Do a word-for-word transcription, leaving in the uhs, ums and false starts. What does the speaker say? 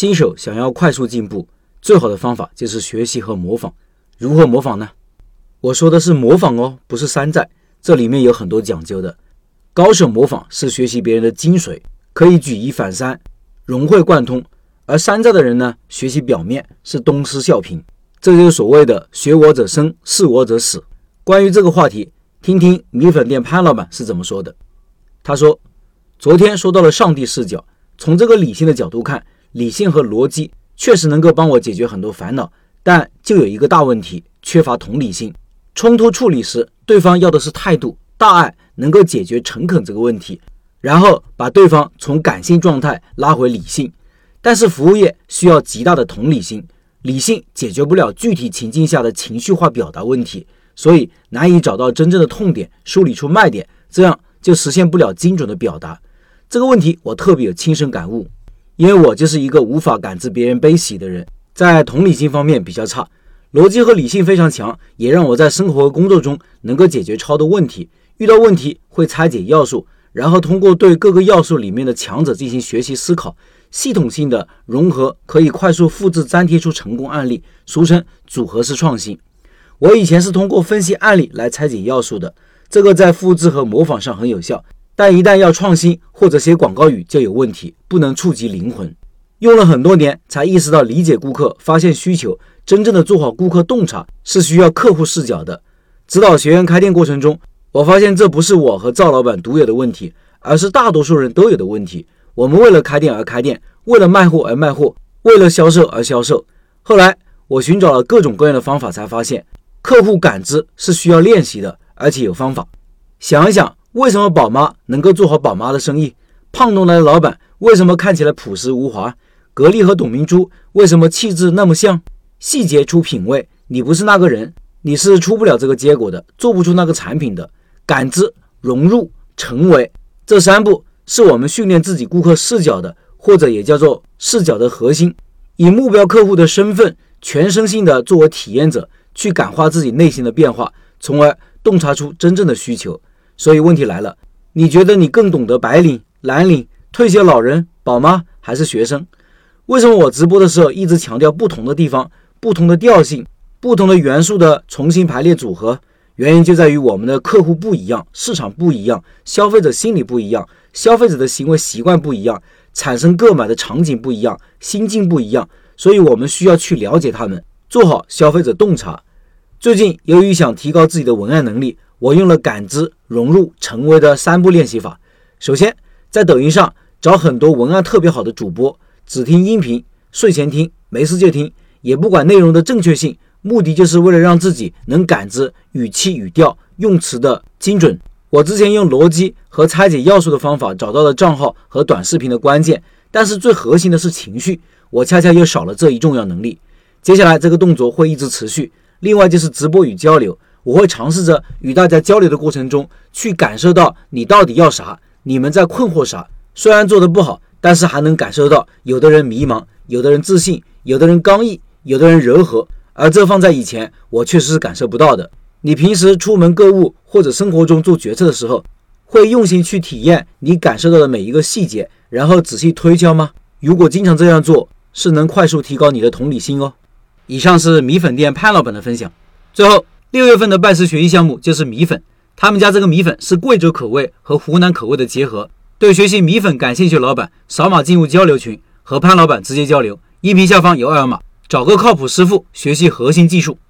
新手想要快速进步，最好的方法就是学习和模仿。如何模仿呢？我说的是模仿哦，不是山寨，这里面有很多讲究的。高手模仿是学习别人的精髓，可以举一反三，融会贯通。而山寨的人呢，学习表面，是东施效颦，这就是所谓的学我者生，视我者死。关于这个话题，听听米粉店潘老板是怎么说的。他说，昨天说到了上帝视角，从这个理性的角度看，理性和逻辑确实能够帮我解决很多烦恼，但就有一个大问题，缺乏同理心。冲突处理时，对方要的是态度、大爱，能够解决诚恳这个问题，然后把对方从感性状态拉回理性。但是服务业需要极大的同理心，理性解决不了具体情境下的情绪化表达问题，所以难以找到真正的痛点，梳理出卖点，这样就实现不了精准的表达。这个问题我特别有亲身感悟，因为我就是一个无法感知别人悲喜的人，在同理心方面比较差，逻辑和理性非常强，也让我在生活和工作中能够解决超多问题。遇到问题会拆解要素，然后通过对各个要素里面的强者进行学习思考，系统性的融合，可以快速复制粘贴出成功案例，俗称组合式创新。我以前是通过分析案例来拆解要素的，这个在复制和模仿上很有效，但一旦要创新或者写广告语就有问题，不能触及灵魂。用了很多年才意识到理解顾客，发现需求，真正的做好顾客洞察是需要客户视角的。指导学员开店过程中，我发现这不是我和赵老板独有的问题，而是大多数人都有的问题。我们为了开店而开店，为了卖货而卖货，为了销售而销售。后来我寻找了各种各样的方法，才发现客户感知是需要练习的，而且有方法。想一想，为什么宝妈能够做好宝妈的生意？胖东来的老板为什么看起来朴实无华？格力和董明珠为什么气质那么像？细节出品味，你不是那个人，你是出不了这个结果的，做不出那个产品的。感知、融入、成为，这三步是我们训练自己顾客视角的，或者也叫做视角的核心。以目标客户的身份，全身心的作为体验者，去感化自己内心的变化，从而洞察出真正的需求。所以问题来了，你觉得你更懂得白领、蓝领、退休老人、宝妈还是学生？为什么我直播的时候一直强调不同的地方、不同的调性、不同的元素的重新排列组合？原因就在于我们的客户不一样，市场不一样，消费者心理不一样，消费者的行为习惯不一样，产生购买的场景不一样，心境不一样，所以我们需要去了解他们，做好消费者洞察。最近由于想提高自己的文案能力，我用了感知、融入、成为的三步练习法。首先，在抖音上找很多文案特别好的主播，只听音频，睡前听，没事就听，也不管内容的正确性，目的就是为了让自己能感知语气、语调、用词的精准。我之前用逻辑和拆解要素的方法找到了账号和短视频的关键，但是最核心的是情绪，我恰恰又少了这一重要能力。接下来这个动作会一直持续。另外就是直播与交流，我会尝试着与大家交流的过程中，去感受到你到底要啥，你们在困惑啥。虽然做得不好，但是还能感受到有的人迷茫，有的人自信，有的人刚毅，有的人柔和，而这放在以前我确实是感受不到的。你平时出门购物或者生活中做决策的时候，会用心去体验你感受到的每一个细节，然后仔细推敲吗？如果经常这样做，是能快速提高你的同理心哦。以上是米粉店潘老板的分享。最后，六月份的拜师学艺项目就是米粉，他们家这个米粉是贵州口味和湖南口味的结合。对学习米粉感兴趣的老板，扫码进入交流群，和潘老板直接交流。音频下方有二维码，找个靠谱师傅学习核心技术。